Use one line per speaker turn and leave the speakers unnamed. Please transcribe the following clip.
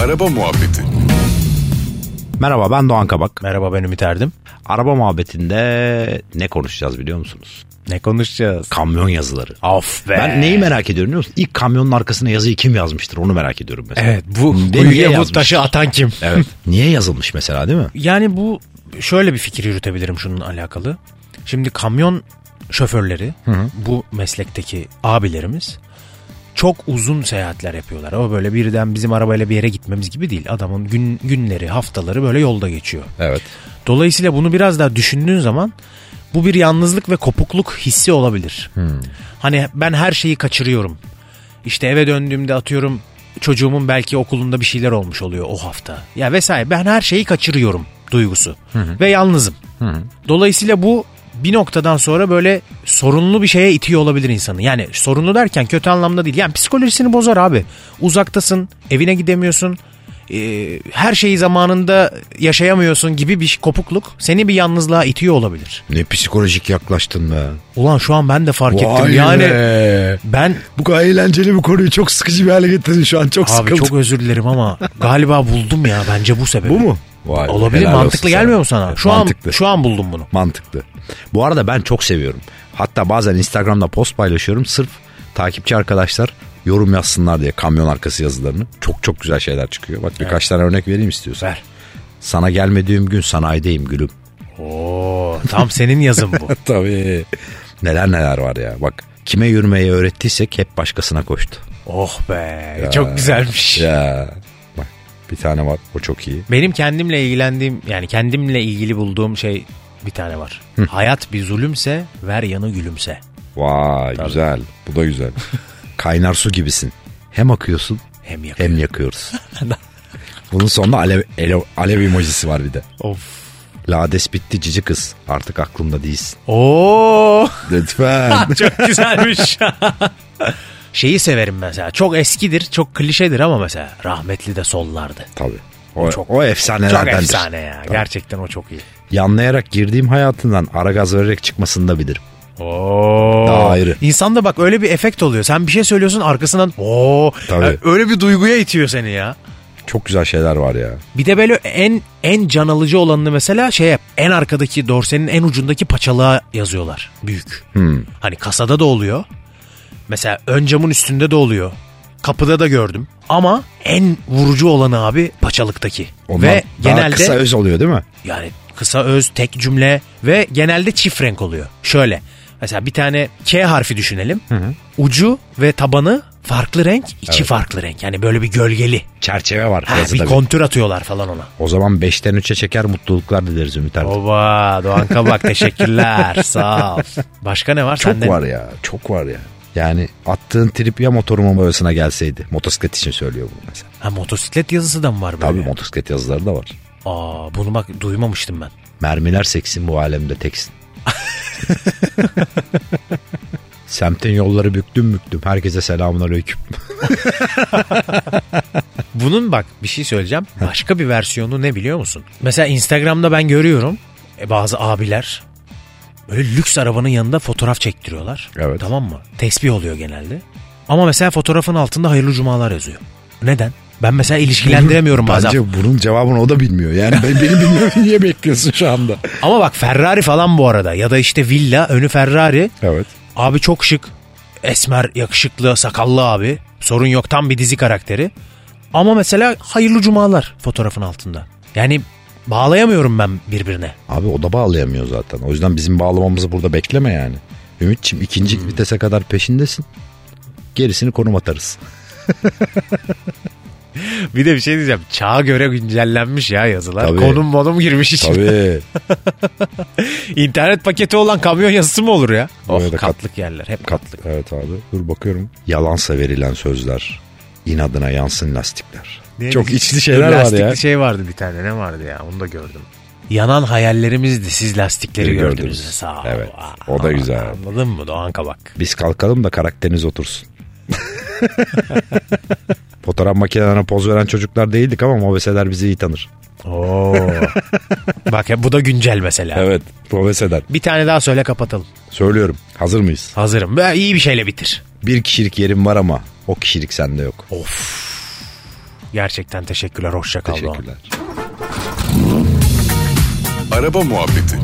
Araba Muhabbeti.
Merhaba, ben Doğan Kabak.
Merhaba, ben Ümit Erdim.
Araba muhabbetinde ne konuşacağız biliyor musunuz?
Ne konuşacağız?
Kamyon yazıları.
Of be.
Ben neyi merak ediyorum biliyor musun? İlk kamyonun arkasına yazıyı kim yazmıştır onu merak ediyorum mesela.
Evet, bu
Niye
kuyuya bu
yazmış?
taşı atan kim?
Evet. Niye yazılmış mesela, değil mi?
Yani bu şöyle bir fikir yürütebilirim şununla alakalı. Şimdi kamyon şoförleri, bu meslekteki abilerimiz çok uzun seyahatler yapıyorlar. Ama böyle birden bizim arabayla bir yere gitmemiz gibi değil. Adamın günleri, haftaları böyle yolda geçiyor.
Evet.
Dolayısıyla bunu biraz daha düşündüğün zaman bu bir yalnızlık ve kopukluk hissi olabilir. Hani ben her şeyi kaçırıyorum. İşte eve döndüğümde atıyorum çocuğumun belki okulunda bir şeyler olmuş oluyor o hafta. Ya vesaire, ben her şeyi kaçırıyorum duygusu. Ve yalnızım. Dolayısıyla bu bir noktadan sonra böyle sorunlu bir şeye itiyor olabilir insanı. Yani sorunlu derken kötü anlamda değil. Yani psikolojisini bozar abi. Uzaktasın, evine gidemiyorsun. Her şeyi zamanında yaşayamıyorsun gibi bir kopukluk seni bir yalnızlığa itiyor olabilir.
Ne psikolojik yaklaştın be.
Ulan şu an ben de fark ettim. Yani ben
bu kadar eğlenceli bir konuyu çok sıkıcı bir hale getirdin şu an, çok
abi
sıkıldım.
çok özür dilerim ama galiba buldum ya, bence bu sebebi.
Bu mu? Vay
olabilir, mantıklı gelmiyor mu sana? Şu an buldum bunu.
Mantıklı. Bu arada ben çok seviyorum. Hatta bazen Instagram'da post paylaşıyorum sırf takipçi arkadaşlar yorum yazsınlar diye kamyon arkası yazılarını. Çok güzel şeyler çıkıyor. Bak birkaç tane örnek vereyim istiyorsan.
Ver.
Sana gelmediğim gün sanayideyim gülüm.
Oo, tam senin yazın bu.
Tabii. Neler var ya. Bak kime yürümeyi öğrettiysek hep başkasına koştu.
Oh be,
Ya,
çok güzelmiş.
Ya. Bak bir tane var, o çok iyi.
Benim kendimle ilgilendiğim, yani kendimle ilgili bulduğum şey bir tane var. Hayat bir zulümse ver yanı gülümse.
Vay tabii. Güzel. Bu da güzel. Kaynar su gibisin. Hem akıyorsun hem yakıyoruz. Bunun sonunda alev emojisi var bir de.
Of.
Lades bitti cici kız. Artık aklımda değilsin.
Oo.
Lütfen.
Çok güzelmiş. Şeyi severim mesela. Çok eskidir, çok klişedir ama mesela rahmetli de sollardı.
Tabii. O efsanelerdendir.
Çok efsane ya.
Tabii.
Gerçekten o çok iyi.
Yanlayarak girdiğim hayatından ara gaz vererek çıkmasını da bilirim.
Oo.
Daha ayrı.
İnsanda bak öyle bir efekt oluyor. Sen bir şey söylüyorsun arkasından yani öyle bir duyguya itiyor seni ya.
Çok güzel şeyler var ya.
Bir de böyle en can alıcı olanını mesela en arkadaki dorsenin en ucundaki paçalığa yazıyorlar. Büyük. Hani kasada da oluyor. Mesela ön camın üstünde de oluyor. Kapıda da gördüm. Ama en vurucu olanı abi paçalıktaki.
Onlar
ve
daha
genelde
kısa öz oluyor değil mi?
Yani kısa öz, tek cümle ve genelde çift renk oluyor. Şöyle mesela bir tane K harfi düşünelim. Ucu ve tabanı farklı renk, içi farklı renk. Yani böyle bir gölgeli.
Çerçeve var.
Bir kontür atıyorlar falan ona.
O zaman 5'ten 3'e çeker, mutluluklar dileriz Ümit Erdim.
Oba, Doğan Kabak teşekkürler. Sağ ol. Başka ne var sende?
Çok var ya. Yani attığın trip ya motorumun boyasına gelseydi. Motosiklet için söylüyor bunu mesela.
Ha, motosiklet yazısı da mı var böyle?
Tabii motosiklet yazıları da var.
Bunu bak duymamıştım ben.
Mermiler seksin, bu alemde teksin. Semtin yolları büktüm. Herkese selamünaleyküm.
Bunun bak bir şey söyleyeceğim. Başka bir versiyonu ne biliyor musun? Mesela Instagram'da ben görüyorum bazı abiler böyle lüks arabanın yanında fotoğraf çektiriyorlar.
Evet.
Tamam mı? Tesbih oluyor genelde. Ama mesela fotoğrafın altında hayırlı cumalar yazıyor. Neden? Ben mesela ilişkilendiremiyorum bazen.
Bence bunun cevabını o da bilmiyor. Yani beni bilmiyorum, niye bekliyorsun şu anda?
Ama bak Ferrari falan bu arada. Ya da işte villa, önü Ferrari.
Evet.
Abi çok şık. Esmer, yakışıklı, sakallı abi. Sorun yok, tam bir dizi karakteri. Ama mesela hayırlı cumalar fotoğrafın altında. Yani bağlayamıyorum ben birbirine.
Abi o da bağlayamıyor zaten. O yüzden bizim bağlamamızı burada bekleme yani. Ümit'ciğim ikinci vitese kadar peşindesin. Gerisini konum atarız.
Bir de bir şey diyeceğim. Çağa göre güncellenmiş ya yazılar.
Tabii.
Konum girmiş içine.
Tabii.
İnternet paketi olan kamyon yazısı mı olur ya?
Oh,
katlık yerler. Hep katlık.
Evet abi. Dur bakıyorum. Yalansa verilen sözler. İnadına yansın lastikler. Çok içli şeyler var ya.
Lastikli şey vardı bir tane. Ne vardı ya? Onu da gördüm. Yanan hayallerimizdi, siz lastikleri gördünüz. Sağ ol.
Evet. O da güzel.
Anladın mı Doğan Kabak?
Biz kalkalım da karakteriniz otursun. Fotoğraf makinelerine poz veren çocuklar değildik ama mobeseler bizi iyi tanır.
Oo. Bak ya, bu da güncel mesela.
Evet, mobeseler.
Bir tane daha söyle, kapatalım.
Söylüyorum. Hazır mıyız?
Hazırım. İyi bir şeyle bitir.
Bir kişilik yerim var ama o kişilik sende yok.
Of. Gerçekten teşekkürler. Hoşça kal Doğan.
Teşekkürler.
Araba Muhabbeti